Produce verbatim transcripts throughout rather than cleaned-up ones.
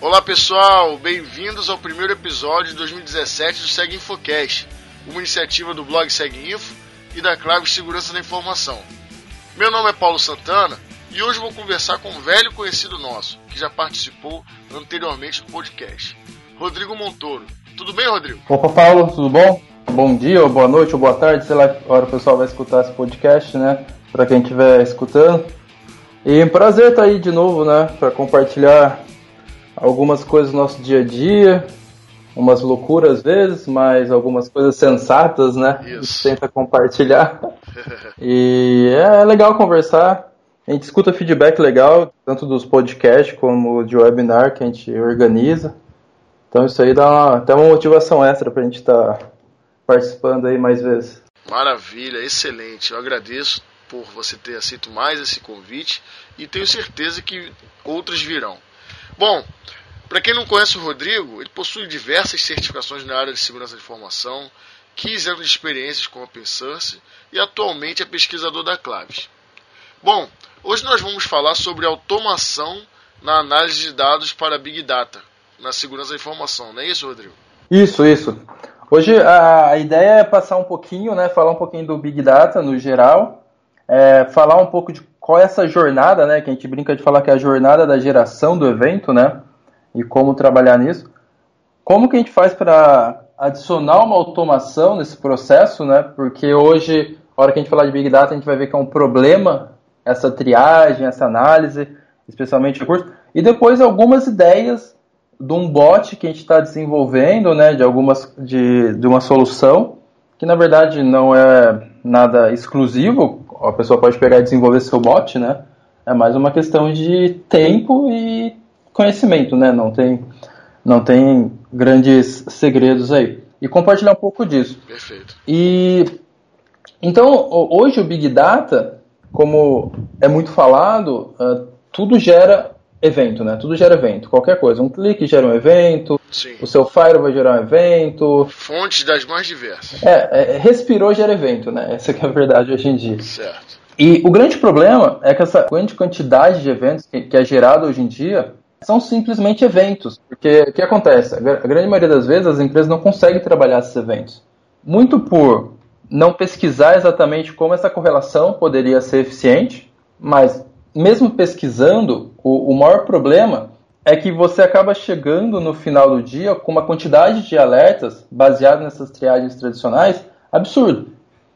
Olá pessoal, bem-vindos ao primeiro episódio de dois mil e dezessete do Seg Infocast, uma iniciativa do blog Seg Info e da Claves Segurança da Informação. Meu nome é Paulo Santana e hoje vou conversar com um velho conhecido nosso, que já participou anteriormente do podcast, Rodrigo Montoro. Tudo bem, Rodrigo? Opa, Paulo, tudo bom? Bom dia, ou boa noite, ou boa tarde, sei lá que hora o pessoal vai escutar esse podcast, né? Para quem estiver escutando. E um prazer estar aí de novo, né? Para compartilhar algumas coisas do nosso dia a dia, umas loucuras às vezes, mas algumas coisas sensatas, né? Isso. A gente tenta compartilhar. E é legal conversar. A gente escuta feedback legal, tanto dos podcasts como de webinar que a gente organiza. Então isso aí dá uma, até uma motivação extra pra gente estar tá participando aí mais vezes. Maravilha, excelente. Eu agradeço por você ter aceito mais esse convite e tenho certeza que outros virão. Bom, para quem não conhece o Rodrigo, ele possui diversas certificações na área de segurança da informação, quinze anos de experiências com Open Source e atualmente é pesquisador da Claves. Bom, hoje nós vamos falar sobre automação na análise de dados para Big Data, na segurança da informação, não é isso, Rodrigo? Isso, isso. Hoje a ideia é passar um pouquinho, né, falar um pouquinho do Big Data no geral, é, falar um pouco de qual é essa jornada, né, que a gente brinca de falar que é a jornada da geração do evento, né, e como trabalhar nisso. Como que a gente faz para adicionar uma automação nesse processo, né, porque hoje, na hora que a gente falar de Big Data, a gente vai ver que é um problema essa triagem, essa análise, especialmente recursos, e depois algumas ideias de um bot que a gente está desenvolvendo, né, de, algumas, de, de uma solução, que na verdade não é nada exclusivo, a pessoa pode pegar e desenvolver seu bot, né, é mais uma questão de tempo e conhecimento, né, não tem, não tem grandes segredos aí. E compartilhar um pouco disso. Perfeito. E, então, hoje o Big Data, como é muito falado, uh, tudo gera evento, né? Tudo gera evento, qualquer coisa. Um clique gera um evento, Sim. O seu Firewall vai gerar um evento. Fontes das mais diversas. É, é, respirou gera evento, né? Essa que é a verdade hoje em dia. Certo. E o grande problema é que essa grande quantidade de eventos que, que é gerada hoje em dia são simplesmente eventos. Porque o que acontece? A grande maioria das vezes as empresas não conseguem trabalhar esses eventos. Muito por não pesquisar exatamente como essa correlação poderia ser eficiente, mas mesmo pesquisando, o, o maior problema é que você acaba chegando no final do dia com uma quantidade de alertas baseado nessas triagens tradicionais absurdo.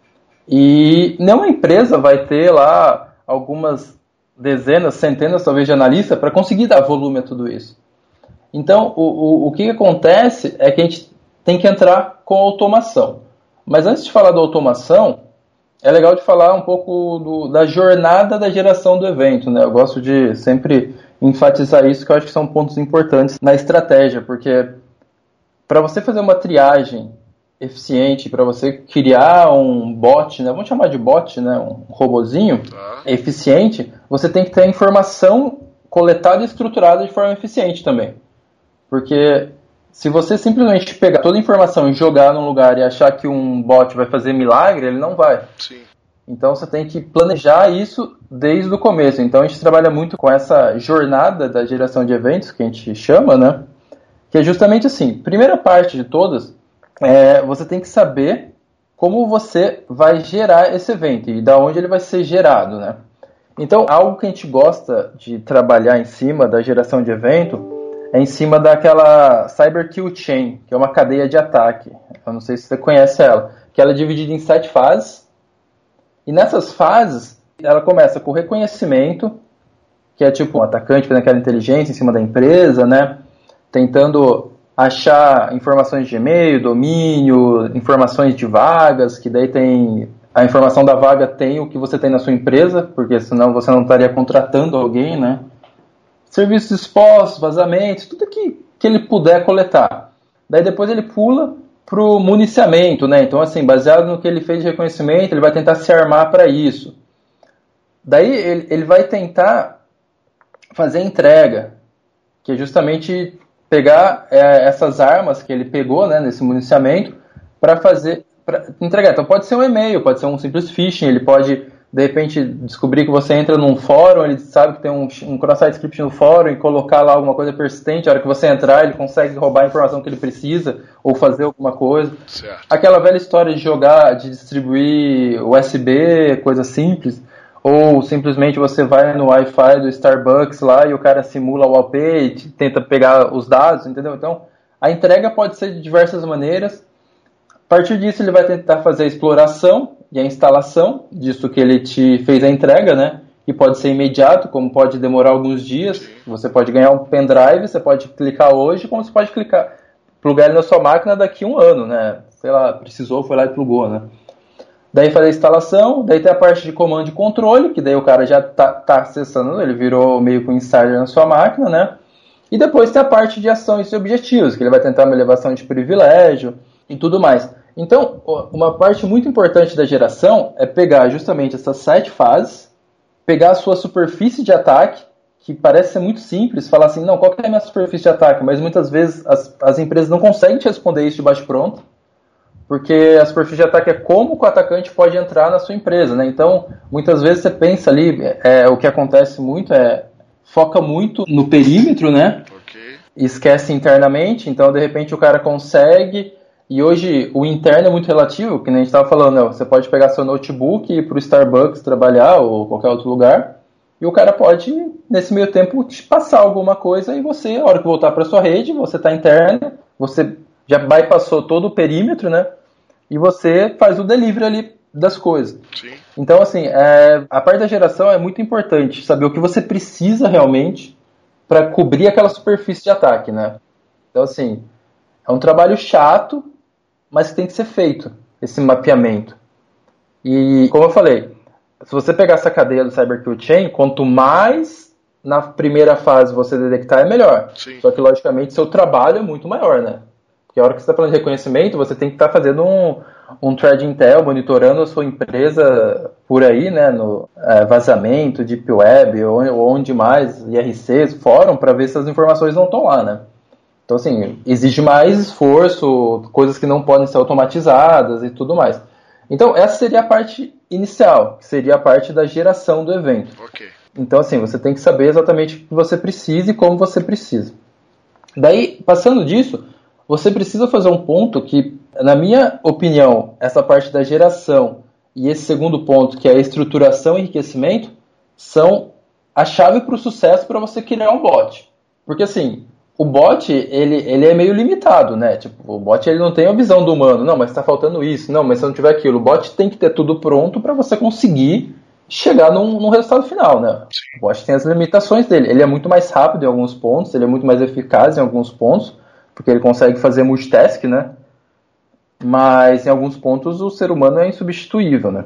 E nenhuma empresa vai ter lá algumas dezenas, centenas talvez de analistas para conseguir dar volume a tudo isso. Então, o, o, o que acontece é que a gente tem que entrar com automação. Mas antes de falar da automação, é legal de falar um pouco do, da jornada da geração do evento, né? Eu gosto de sempre enfatizar isso, que eu acho que são pontos importantes na estratégia, porque para você fazer uma triagem eficiente, para você criar um bot, né? Vamos chamar de bot, né? Um robozinho Tá. eficiente, você tem que ter a informação coletada e estruturada de forma eficiente também. Porque se você simplesmente pegar toda a informação e jogar num lugar e achar que um bot vai fazer milagre, ele não vai. Sim. Então você tem que planejar isso desde o começo. Então a gente trabalha muito com essa jornada da geração de eventos, que a gente chama, né? Que é justamente assim, primeira parte de todas, é, você tem que saber como você vai gerar esse evento e da onde ele vai ser gerado, né? Então algo que a gente gosta de trabalhar em cima da geração de evento é em cima daquela Cyber Kill Chain, que é uma cadeia de ataque. Eu não sei se você conhece ela, que ela é dividida em sete fases. E nessas fases, ela começa com o reconhecimento, que é tipo um atacante fazendo aquela inteligência em cima da empresa, né? Tentando achar informações de e-mail, domínio, informações de vagas, que daí tem... A informação da vaga tem o que você tem na sua empresa, porque senão você não estaria contratando alguém, né? Serviços expostos, vazamentos, tudo que, que ele puder coletar. Daí depois ele pula para o municiamento, né? Então, assim, baseado no que ele fez de reconhecimento, ele vai tentar se armar para isso. Daí ele, ele vai tentar fazer a entrega, que é justamente pegar é, essas armas que ele pegou, né, nesse municiamento para fazer, para entregar. Então pode ser um e-mail, pode ser um simples phishing, ele pode de repente descobrir que você entra num fórum, ele sabe que tem um, um cross-site script no fórum e colocar lá alguma coisa persistente, a hora que você entrar ele consegue roubar a informação que ele precisa ou fazer alguma coisa. Certo. Aquela velha história de jogar, de distribuir U S B, coisa simples, ou simplesmente você vai no Wi-Fi do Starbucks lá e o cara simula o A P e tenta pegar os dados, entendeu? Então, a entrega pode ser de diversas maneiras. A partir disso, ele vai tentar fazer a exploração e a instalação disso que ele te fez a entrega, né? Que pode ser imediato, como pode demorar alguns dias. Você pode ganhar um pendrive, você pode clicar hoje, como você pode clicar, plugar ele na sua máquina daqui a um ano, né? Sei lá, precisou, foi lá e plugou, né? Daí fazer a instalação, daí tem a parte de comando e controle, que daí o cara já tá, tá acessando, ele virou meio que um insider na sua máquina, né? E depois tem a parte de ações e objetivos, que ele vai tentar uma elevação de privilégio e tudo mais. Então, uma parte muito importante da geração é pegar justamente essas sete fases, pegar a sua superfície de ataque, que parece ser muito simples, falar assim, não, qual que é a minha superfície de ataque? Mas muitas vezes as, as empresas não conseguem te responder isso de bate-pronto, porque a superfície de ataque é como o atacante pode entrar na sua empresa, né? Então, muitas vezes você pensa ali, é, o que acontece muito é, foca muito no perímetro, né? Okay. E esquece internamente, então de repente o cara consegue... E hoje o interno é muito relativo, que nem a gente estava falando, né? Você pode pegar seu notebook e ir para o Starbucks trabalhar ou qualquer outro lugar, e o cara pode, nesse meio tempo, te passar alguma coisa e você, a hora que voltar para sua rede, você está interno, você já bypassou todo o perímetro, né? E você faz o delivery ali das coisas. Sim. Então, assim, é, a parte da geração é muito importante, saber o que você precisa realmente para cobrir aquela superfície de ataque, né? Então, assim, é um trabalho chato, mas que tem que ser feito, esse mapeamento. E, como eu falei, se você pegar essa cadeia do Cyber Kill Chain, quanto mais na primeira fase você detectar, é melhor. Sim. Só que, logicamente, seu trabalho é muito maior, né? Porque a hora que você está falando de reconhecimento, você tem que estar tá fazendo um, um thread intel, monitorando a sua empresa por aí, né? No é, vazamento, deep web, ou onde mais, I R Cs, fórum, para ver se as informações não estão lá, né? Então, assim, exige mais esforço, coisas que não podem ser automatizadas e tudo mais. Então, essa seria a parte inicial, que seria a parte da geração do evento. Okay. Então, assim, você tem que saber exatamente o que você precisa e como você precisa. Daí, passando disso, você precisa fazer um ponto que, na minha opinião, essa parte da geração e esse segundo ponto, que é a estruturação e enriquecimento, são a chave para o sucesso para você criar um bot. Porque, assim... O bot, ele, ele é meio limitado, né? Tipo, o bot ele não tem a visão do humano. Não, mas está faltando isso. Não, mas se não tiver aquilo. O bot tem que ter tudo pronto para você conseguir chegar num, num resultado final, né? O bot tem as limitações dele. Ele é muito mais rápido em alguns pontos, ele é muito mais eficaz em alguns pontos, porque ele consegue fazer multitask, né? Mas em alguns pontos o ser humano é insubstituível, né?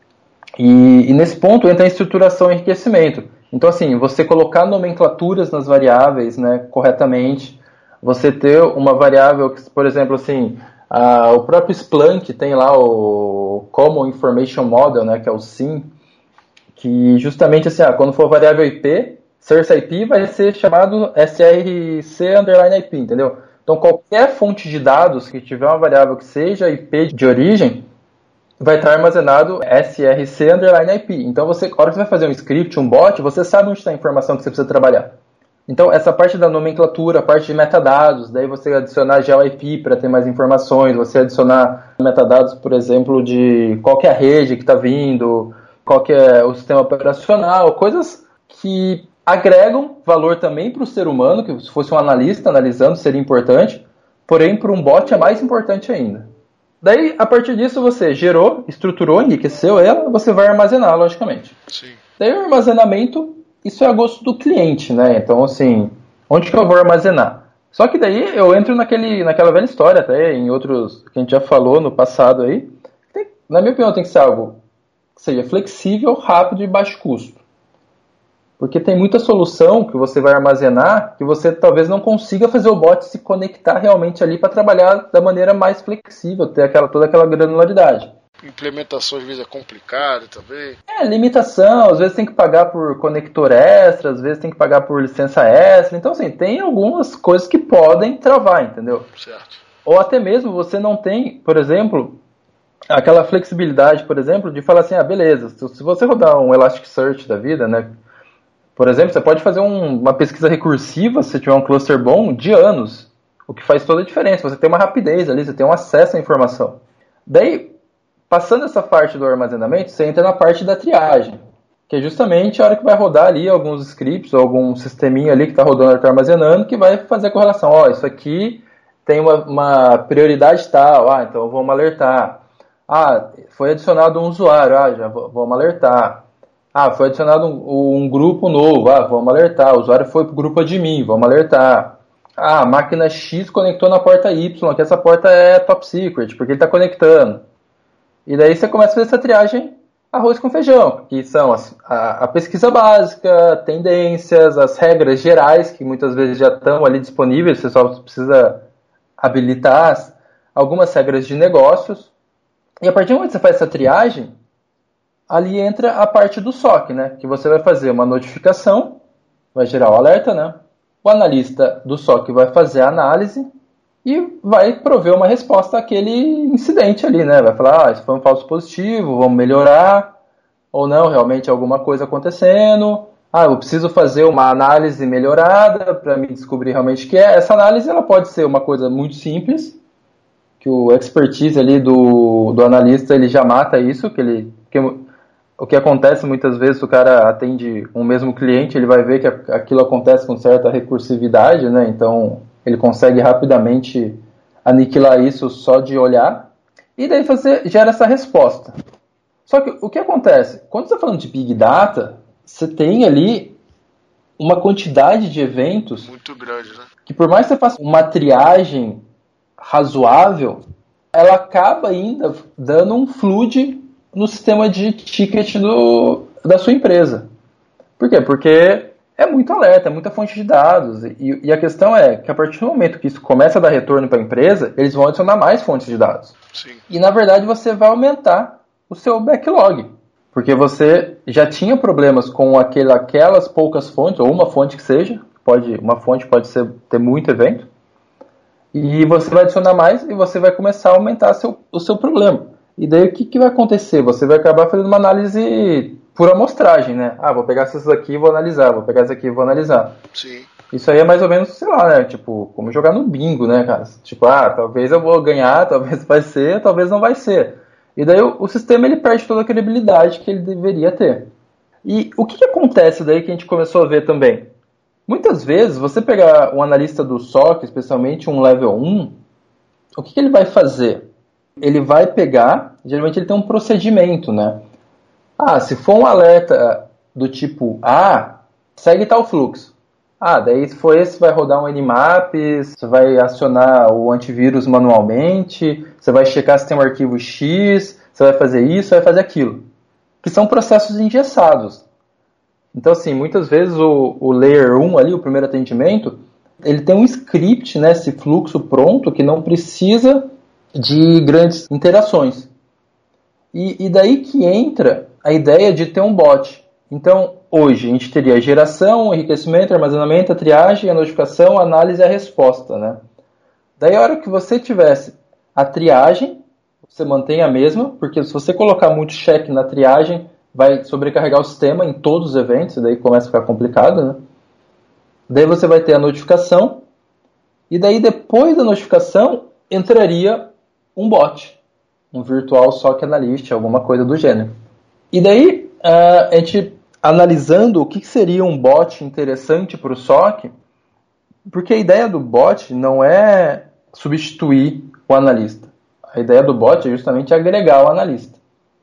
E, e nesse ponto entra a estruturação e enriquecimento. Então, assim, você colocar nomenclaturas nas variáveis, né, corretamente, você ter uma variável que, por exemplo, assim, a, o próprio Splunk tem lá o Common Information Model, né, que é o S I M, que justamente, assim, ah, quando for variável I P, Source I P vai ser chamado S R C underline I P, entendeu? Então, qualquer fonte de dados que tiver uma variável que seja I P de origem, vai estar armazenado S R C underline I P. Então, você, a hora que você vai fazer um script, um bot, você sabe onde está a informação que você precisa trabalhar. Então, essa parte da nomenclatura, a parte de metadados, daí você adicionar geo I P para ter mais informações, você adicionar metadados, por exemplo, de qual que é a rede que está vindo, qual que é o sistema operacional, coisas que agregam valor também para o ser humano, que se fosse um analista analisando seria importante, porém para um bot é mais importante ainda. Daí, a partir disso, você gerou, estruturou, enriqueceu ela, você vai armazenar, logicamente. Sim. Daí, o armazenamento, isso é a gosto do cliente, né? Então, assim, onde que eu vou armazenar? Só que daí eu entro naquele, naquela velha história, até em outros que a gente já falou no passado aí. Tem, na minha opinião, tem que ser algo que seja flexível, rápido e baixo custo. Porque tem muita solução que você vai armazenar que você talvez não consiga fazer o bot se conectar realmente ali para trabalhar da maneira mais flexível, ter aquela, toda aquela granularidade. Implementação às vezes é complicada também. É, limitação, às vezes tem que pagar por conector extra, às vezes tem que pagar por licença extra. Então, assim, tem algumas coisas que podem travar, entendeu? Certo. Ou até mesmo você não tem, por exemplo, aquela flexibilidade, por exemplo, de falar assim, ah, beleza, se você rodar um Elasticsearch da vida, né, por exemplo, você pode fazer um, uma pesquisa recursiva, se tiver um cluster bom, de anos, o que faz toda a diferença. Você tem uma rapidez ali, você tem um acesso à informação. Daí, passando essa parte do armazenamento, você entra na parte da triagem, que é justamente a hora que vai rodar ali alguns scripts, ou algum sisteminha ali que está rodando, está armazenando, que vai fazer a correlação. Ó, oh, isso aqui tem uma, uma prioridade tal, ah, então vamos alertar. Ah, foi adicionado um usuário, ah, já vamos alertar. Ah, foi adicionado um, um grupo novo, ah, vamos alertar. O usuário foi para o grupo admin, vamos alertar. Ah, a máquina X conectou na porta Y, que essa porta é top secret, porque ele está conectando. E daí você começa a fazer essa triagem arroz com feijão, que são as, a, a pesquisa básica, tendências, as regras gerais, que muitas vezes já estão ali disponíveis, você só precisa habilitar algumas regras de negócios. E a partir do momento que você faz essa triagem, ali entra a parte do S O C, né? Que você vai fazer uma notificação, vai gerar o alerta, né? O analista do S O C vai fazer a análise e vai prover uma resposta àquele incidente ali, né? Vai falar, ah, isso foi um falso positivo, vamos melhorar, ou não, realmente alguma coisa acontecendo. Ah, eu preciso fazer uma análise melhorada para me descobrir realmente o que é. Essa análise ela pode ser uma coisa muito simples, que o expertise ali do, do analista ele já mata isso, que ele... Que, o que acontece muitas vezes, o cara atende um mesmo cliente, ele vai ver que aquilo acontece com certa recursividade, né? Então ele consegue rapidamente aniquilar isso só de olhar, e daí fazer, gera essa resposta. Só que o que acontece? Quando você está falando de Big Data, você tem ali uma quantidade de eventos muito grande, né? Que por mais que você faça uma triagem razoável, ela acaba ainda dando um flood no sistema de ticket do, da sua empresa. Por quê? Porque é muito alerta, é muita fonte de dados. E, e a questão é que a partir do momento que isso começa a dar retorno para a empresa, eles vão adicionar mais fontes de dados. Sim. E na verdade você vai aumentar o seu backlog. Porque você já tinha problemas com aquele, aquelas poucas fontes, ou uma fonte que seja, pode, uma fonte pode ser, ter muito evento, e você vai adicionar mais e você vai começar a aumentar seu, o seu problema. E daí o que, que vai acontecer? Você vai acabar fazendo uma análise por amostragem, né? Ah, vou pegar essas aqui e vou analisar, vou pegar essas aqui e vou analisar. Sim. Isso aí é mais ou menos, sei lá, né? Tipo, como jogar no bingo, né, cara? Tipo, ah, talvez eu vou ganhar, talvez vai ser, talvez não vai ser. E daí o, o sistema ele perde toda a credibilidade que ele deveria ter. E o que, que acontece daí que a gente começou a ver também? Muitas vezes, você pegar um analista do S O C, especialmente um level um, o que, que ele vai fazer? Ele vai pegar, geralmente ele tem um procedimento, né? Ah, se for um alerta do tipo A, segue tal fluxo. Ah, daí se for esse, vai rodar um Nmap, você vai acionar o antivírus manualmente, você vai checar se tem um arquivo X, você vai fazer isso, vai fazer aquilo. Que são processos engessados. Então, assim, muitas vezes o, o Layer um ali, o primeiro atendimento, ele tem um script, né, esse fluxo pronto, que não precisa de grandes interações. E, e daí que entra a ideia de ter um bot. Então, hoje, a gente teria a geração, o enriquecimento, o armazenamento, a triagem, a notificação, a análise e a resposta, né? Daí, a hora que você tivesse a triagem, você mantém a mesma, porque se você colocar muito check na triagem, vai sobrecarregar o sistema em todos os eventos, e daí começa a ficar complicado, né? Daí você vai ter a notificação, e daí depois da notificação, entraria um bot, um virtual S O C Analyst, alguma coisa do gênero. E daí, a gente analisando o que seria um bot interessante para o S O C, porque a ideia do bot não é substituir o analista. A ideia do bot é justamente agregar o analista.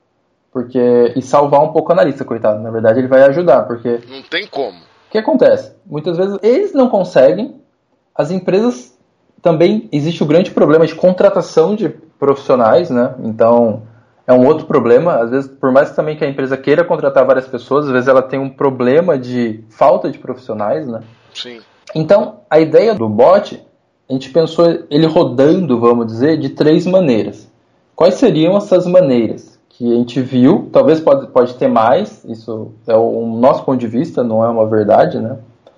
Porque, e salvar um pouco o analista, coitado. Na verdade, ele vai ajudar, porque... Não tem como. O que acontece? Muitas vezes eles não conseguem, as empresas também, existe o grande problema de contratação de profissionais, né? Então, é um outro problema. Às vezes, por mais que também que a empresa queira contratar várias pessoas, às vezes ela tem um problema de falta de profissionais, né? Sim. Então, a ideia do bot, a gente pensou ele rodando, vamos dizer, de três maneiras. Quais seriam essas maneiras? Que a gente viu, talvez pode, pode ter mais, isso é o nosso ponto de vista, não é uma verdade, né?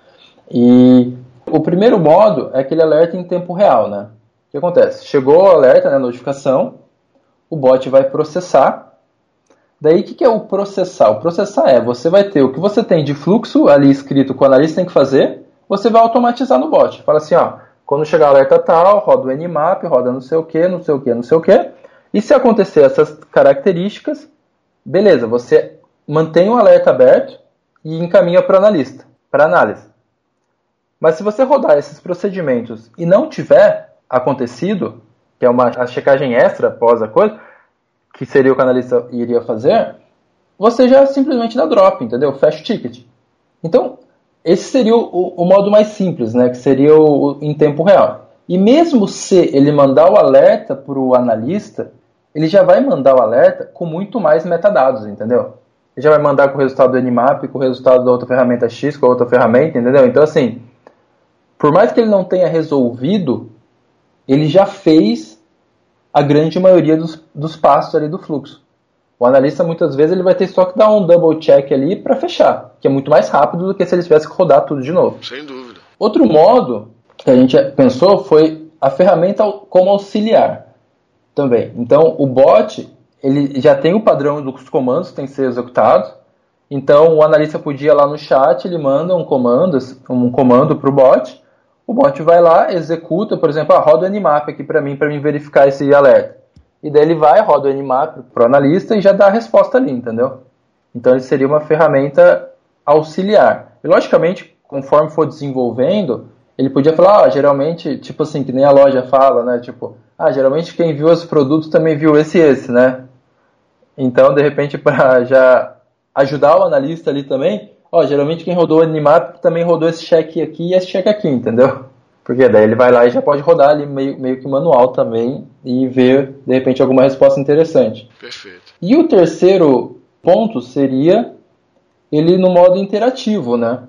E o primeiro modo é aquele alerta em tempo real, né? O que acontece? Chegou o alerta, né, a notificação, o bot vai processar. Daí, o que, que é o processar? O processar é, você vai ter o que você tem de fluxo ali escrito que o analista tem que fazer, você vai automatizar no bot. Fala assim, ó, quando chegar o alerta tal, roda o Nmap, roda não sei o que, não sei o que, não sei o que. E se acontecer essas características, beleza, você mantém o alerta aberto e encaminha para o analista, para análise. Mas se você rodar esses procedimentos e não tiver acontecido, que é uma a checagem extra após a coisa, que seria o que o analista iria fazer, você já simplesmente dá drop, entendeu? Fecha o ticket. Então, esse seria o, o modo mais simples, né? Que seria o, o, em tempo real. E mesmo se ele mandar o alerta para o analista, ele já vai mandar o alerta com muito mais metadados, entendeu? Ele já vai mandar com o resultado do Nmap, com o resultado da outra ferramenta X, com a outra ferramenta, entendeu? Então, assim, por mais que ele não tenha resolvido, ele já fez a grande maioria dos, dos passos ali do fluxo. O analista, muitas vezes, ele vai ter só que dar um double check ali para fechar, que é muito mais rápido do que se ele tivesse que rodar tudo de novo. Sem dúvida. Outro modo que a gente pensou foi a ferramenta como auxiliar também. Então, o bot, ele já tem o padrão dos comandos que tem que ser executados. Então, o analista podia ir lá no chat, ele manda um comando, um comando para o bot. O bot vai lá, executa, por exemplo, ah, roda o Nmap aqui para mim, para mim verificar esse alerta. E daí ele vai, roda o Nmap para o analista e já dá a resposta ali, entendeu? Então, ele seria uma ferramenta auxiliar. E, logicamente, conforme for desenvolvendo, ele podia falar, ah, geralmente, tipo assim, que nem a loja fala, né? Tipo, ah, geralmente quem viu esse produto também viu esse e esse, né? Então, de repente, para já ajudar o analista ali também, ó, geralmente quem rodou o Nmap também rodou esse cheque aqui e esse cheque aqui, entendeu? Porque daí ele vai lá e já pode rodar ali meio, meio que manual também e ver, de repente, alguma resposta interessante. Perfeito. E o terceiro ponto seria ele no modo interativo, né?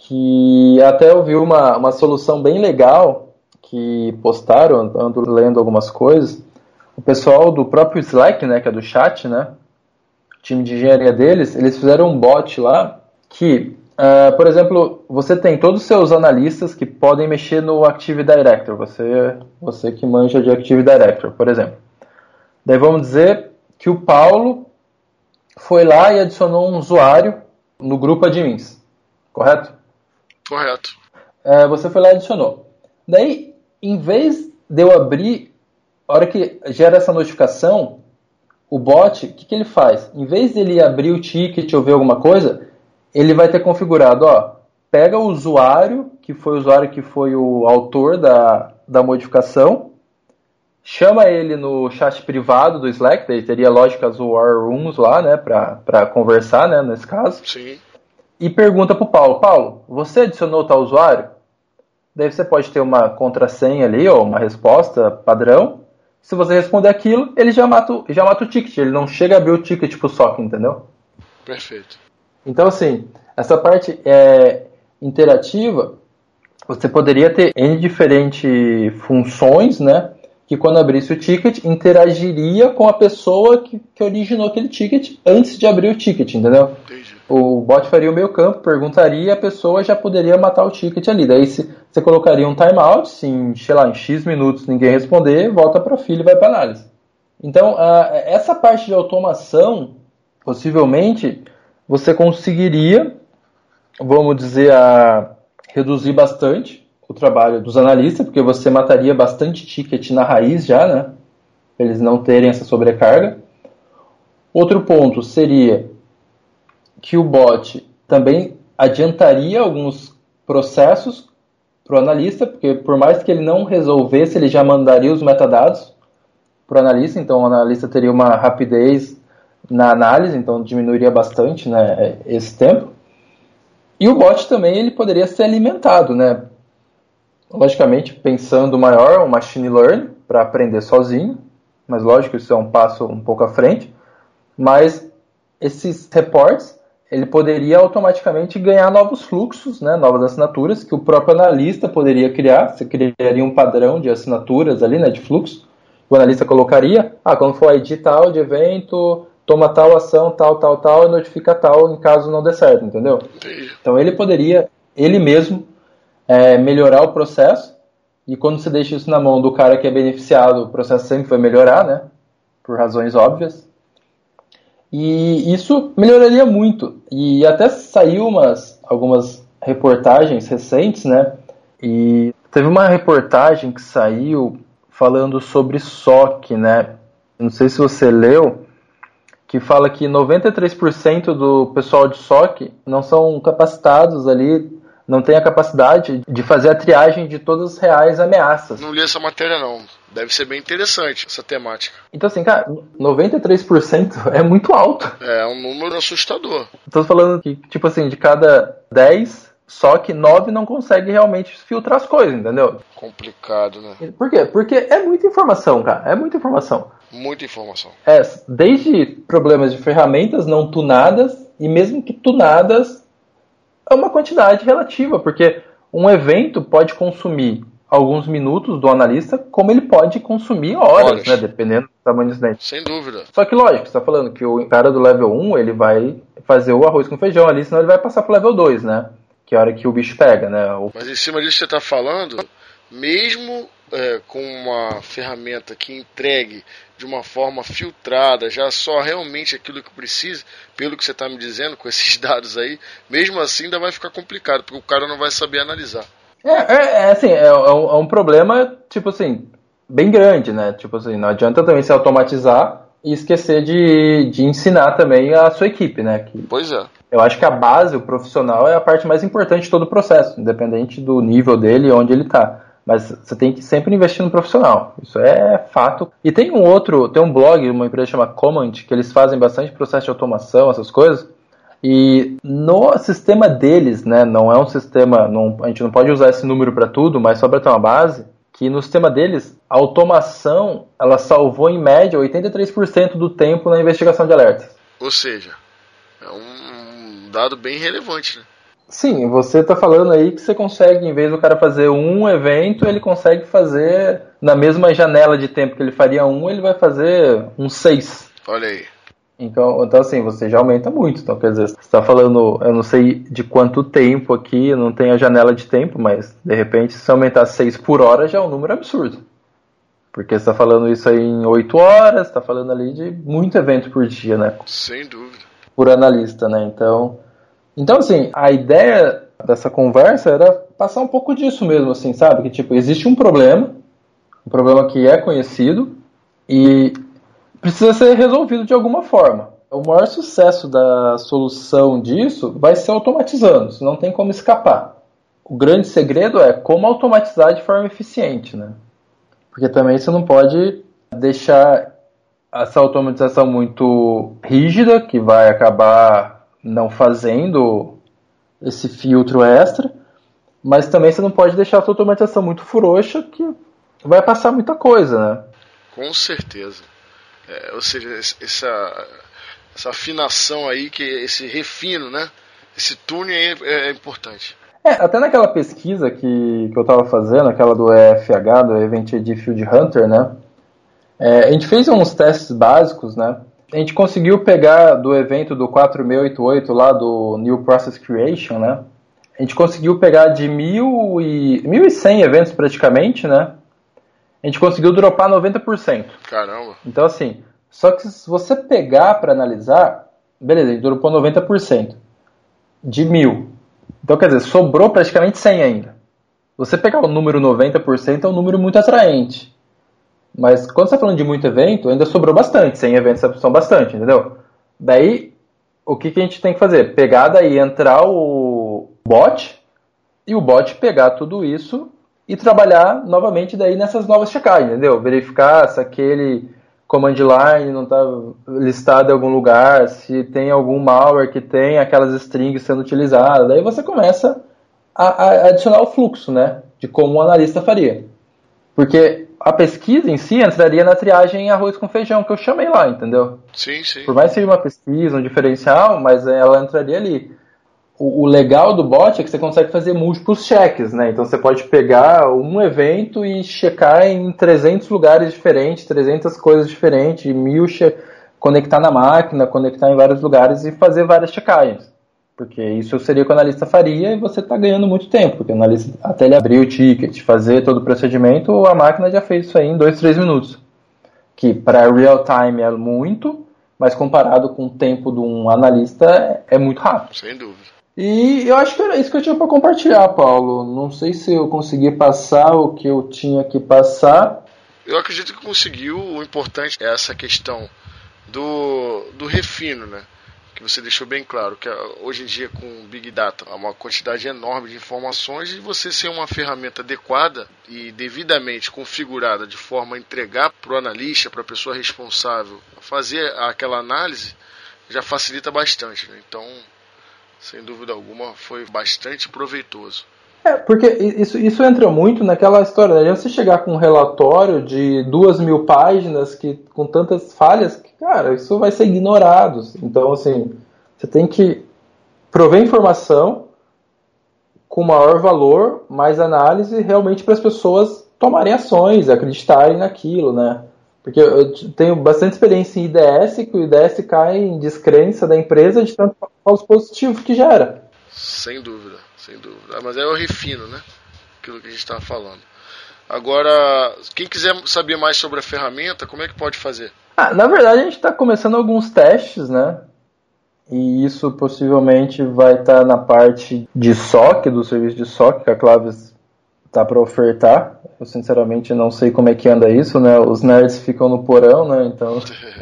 Que até eu vi uma, uma solução bem legal que postaram, ando lendo algumas coisas. O pessoal do próprio Slack, né, que é do chat, né? O time de engenharia deles, eles fizeram um bot lá que, uh, por exemplo, você tem todos os seus analistas que podem mexer no Active Directory, você, você que manja de Active Directory, por exemplo. Daí vamos dizer que o Paulo foi lá e adicionou um usuário no grupo admins, correto? Correto. Uh, você foi lá e adicionou. Daí, em vez de eu abrir, a hora que gera essa notificação, o bot, o que, que ele faz? Em vez dele abrir o ticket ou ver alguma coisa, ele vai ter configurado, ó, pega o usuário, que foi o usuário que foi o autor da, da modificação, chama ele no chat privado do Slack, daí teria lógico as war rooms lá, né, para conversar, né, nesse caso. Sim. E pergunta pro Paulo, Paulo, você adicionou tal usuário? Daí você pode ter uma contrassenha ali, ou uma resposta padrão. Se você responder aquilo, ele já mata, já mata o ticket, ele não chega a abrir o ticket pro S O C, entendeu? Perfeito. Então, assim, essa parte é, interativa, você poderia ter N diferentes funções, né? Que quando abrisse o ticket, interagiria com a pessoa que, que originou aquele ticket antes de abrir o ticket, entendeu? Entendi. O bot faria o meio campo, perguntaria e a pessoa já poderia matar o ticket ali. Daí se, você colocaria um timeout, se em, sei lá, em X minutos ninguém responder, volta para a fila e vai para análise. Então, a, essa parte de automação, possivelmente, você conseguiria, vamos dizer, a reduzir bastante o trabalho dos analistas, porque você mataria bastante ticket na raiz já, né? Para eles não terem essa sobrecarga. Outro ponto seria que o bot também adiantaria alguns processos para o analista, porque por mais que ele não resolvesse, ele já mandaria os metadados para o analista, então o analista teria uma rapidez na análise, então diminuiria bastante, né, esse tempo. E o bot também ele poderia ser alimentado, né? Logicamente, pensando maior, o machine learning, para aprender sozinho, mas lógico, isso é um passo um pouco à frente, mas esses reports, ele poderia automaticamente ganhar novos fluxos, né, novas assinaturas, que o próprio analista poderia criar. Você criaria um padrão de assinaturas ali, né, de fluxo. O analista colocaria, ah, quando for I D tal de evento, toma tal ação, tal, tal, tal, e notifica tal em caso não dê certo, entendeu? Então ele poderia, ele mesmo, é, melhorar o processo, e quando você deixa isso na mão do cara que é beneficiado, o processo sempre vai melhorar, né? por razões óbvias. E isso melhoraria muito. E até saiu umas, algumas reportagens recentes, né? E teve uma reportagem que saiu falando sobre S O C, né? Não sei se você leu, que fala que noventa e três por cento do pessoal de S O C não são capacitados ali, não tem a capacidade de fazer a triagem de todas as reais ameaças. Não li essa matéria não. Deve ser bem interessante essa temática. Então assim, cara, noventa e três por cento é muito alto. É um número assustador. Estou falando que, tipo assim, de cada dez, só que nove não consegue realmente filtrar as coisas, entendeu? Complicado, né? Por quê? Porque é muita informação, cara. É muita informação. Muita informação. É, desde problemas de ferramentas não tunadas, e mesmo que tunadas, é uma quantidade relativa, porque um evento pode consumir alguns minutos do analista, como ele pode consumir horas, horas. né? Dependendo do tamanho do incidente. Sem dúvida. Só que, lógico, você está falando que o cara do level um, ele vai fazer o arroz com feijão ali, senão ele vai passar pro level dois, né? Que é a hora que o bicho pega, né? O... Mas em cima disso que você está falando, mesmo é, com uma ferramenta que entregue de uma forma filtrada, já só realmente aquilo que precisa, pelo que você está me dizendo, com esses dados aí, mesmo assim ainda vai ficar complicado, porque o cara não vai saber analisar. É, é, é assim, é, é, um, é um problema, tipo assim, bem grande, né? Tipo assim, não adianta também se automatizar e esquecer de, de ensinar também a sua equipe, né? Que pois é. Eu acho que a base, o profissional, é a parte mais importante de todo o processo, independente do nível dele e onde ele está. Mas você tem que sempre investir no profissional. Isso é fato. E tem um outro, tem um blog, uma empresa chamada Command, que eles fazem bastante processo de automação, essas coisas. E no sistema deles, né, não é um sistema, não, a gente não pode usar esse número para tudo, mas só para ter uma base, que no sistema deles, a automação, ela salvou em média oitenta e três por cento do tempo na investigação de alertas. Ou seja, é um dado bem relevante, né? Sim, você está falando aí que você consegue, em vez do cara fazer um evento, ele consegue fazer, na mesma janela de tempo que ele faria um, ele vai fazer um seis. Olha aí. Então, então, assim, você já aumenta muito. Então, quer dizer, você está falando, eu não sei de quanto tempo aqui, eu não tenho a janela de tempo, mas, de repente, se aumentar seis por hora, já é um número absurdo. Porque você está falando isso aí em oito horas, está falando ali de muito evento por dia, né? Sem dúvida. Por analista, né? Então, então, assim, a ideia dessa conversa era passar um pouco disso mesmo, assim, sabe? Que, tipo, existe um problema, um problema que é conhecido, e precisa ser resolvido de alguma forma. O maior sucesso da solução disso vai ser automatizando, isso não tem como escapar. O grande segredo é como automatizar de forma eficiente, né? Porque também você não pode deixar essa automatização muito rígida, que vai acabar não fazendo esse filtro extra, mas também você não pode deixar essa automatização muito frouxa, que vai passar muita coisa, né? Com certeza. É, ou seja, essa, essa afinação aí, que esse refino, né? Esse tuning aí é, é importante. É, até naquela pesquisa que, que eu estava fazendo, aquela do E F H, do Event I D Field Hunter, né? É, a gente fez uns testes básicos, né? A gente conseguiu pegar do evento do quatro mil e oitenta e oito lá do New Process Creation, né? A gente conseguiu pegar de mil e, mil e cem eventos praticamente, né? A gente conseguiu dropar noventa por cento. Caramba. Então, assim, só que se você pegar para analisar, beleza, a gente dropou noventa por cento de mil. Então, quer dizer, sobrou praticamente cem ainda. Você pegar o número noventa por cento é um número muito atraente. Mas quando você está falando de muito evento, ainda sobrou bastante. cem eventos são bastante, entendeu? Daí, o que, que a gente tem que fazer? Pegar daí, entrar o bot, e o bot pegar tudo isso e trabalhar novamente daí nessas novas checagens, entendeu? Verificar se aquele command line não está listado em algum lugar, se tem algum malware que tem aquelas strings sendo utilizadas. Daí você começa a, a adicionar o fluxo, né? De como um analista faria. Porque a pesquisa em si entraria na triagem arroz com feijão, que eu chamei lá, entendeu? Sim, sim. Por mais que seja uma pesquisa, um diferencial, mas ela entraria ali. O, o legal do bot é que você consegue fazer múltiplos cheques, né? Então você pode pegar um evento e checar em trezentos lugares diferentes, trezentas coisas diferentes, mil che- conectar na máquina, conectar em vários lugares e fazer várias checagens. Porque isso seria o que o analista faria e você está ganhando muito tempo, porque o analista, até ele abrir o ticket, fazer todo o procedimento, a máquina já fez isso aí em dois, três minutos. que para real time é muito, mas comparado com o tempo de um analista é muito rápido. Sem dúvida. E eu acho que era isso que eu tinha para compartilhar, Paulo. Não sei se eu consegui passar o que eu tinha que passar. Eu acredito que conseguiu. O importante é essa questão do, do refino, né? Que você deixou bem claro, que hoje em dia com Big Data há uma quantidade enorme de informações, e você ser uma ferramenta adequada e devidamente configurada de forma a entregar para o analista, para a pessoa responsável fazer aquela análise, já facilita bastante, né? Então, sem dúvida alguma, foi bastante proveitoso. É, porque isso, isso entra muito naquela história, né? Você chegar com um relatório de duas mil páginas que, com tantas falhas, que, cara, isso vai ser ignorado. Então, assim, você tem que prover informação com maior valor, mais análise, realmente para as pessoas tomarem ações, acreditarem naquilo, né? Porque eu tenho bastante experiência em I D S, que o I D S cai em descrença da empresa de tanto falso positivo que gera. Sem dúvida. Sem dúvida. Mas aí eu refino, né? Aquilo que a gente estava falando. Agora, quem quiser saber mais sobre a ferramenta, como é que pode fazer? Ah, na verdade, a gente está começando alguns testes, né? E isso possivelmente vai estar tá na parte de S O C, do serviço de S O C, que a Claves está para ofertar. Eu, sinceramente, não sei como é que anda isso, né? Os nerds ficam no porão, né? Então,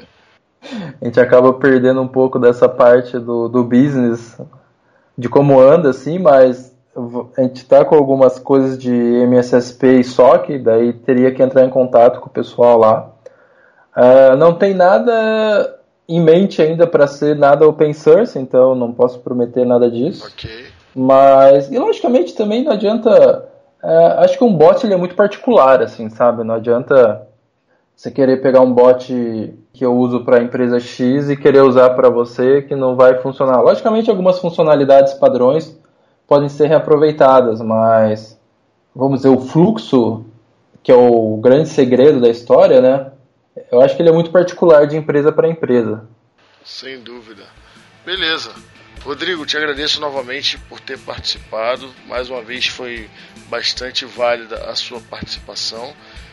a gente acaba perdendo um pouco dessa parte do, do business, de como anda, assim, mas a gente está com algumas coisas de M S S P e S O C, daí teria que entrar em contato com o pessoal lá. Uh, não tem nada em mente ainda para ser nada open source, então não posso prometer nada disso. Ok. Mas, e logicamente também não adianta, uh, acho que um bot ele é muito particular, assim, sabe? Não adianta você querer pegar um bot que eu uso para a empresa X e querer usar para você, que não vai funcionar. Logicamente, algumas funcionalidades padrões podem ser reaproveitadas, mas, vamos dizer, o fluxo, que é o grande segredo da história, né? Eu acho que ele é muito particular de empresa para empresa. Sem dúvida. Beleza. Rodrigo, te agradeço novamente por ter participado. Mais uma vez foi bastante válida a sua participação.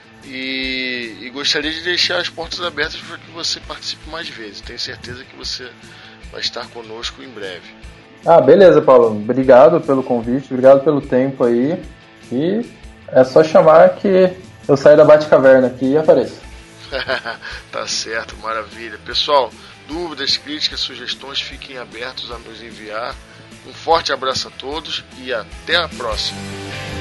E, e gostaria de deixar as portas abertas para que você participe mais vezes. Tenho certeza que você vai estar conosco em breve. Ah, beleza, Paulo. Obrigado pelo convite, obrigado pelo tempo aí. E é só chamar que eu saio da Bate-Caverna aqui e apareço. Tá certo, maravilha. Pessoal, dúvidas, críticas, sugestões, fiquem abertos a nos enviar. Um forte abraço a todos e até a próxima.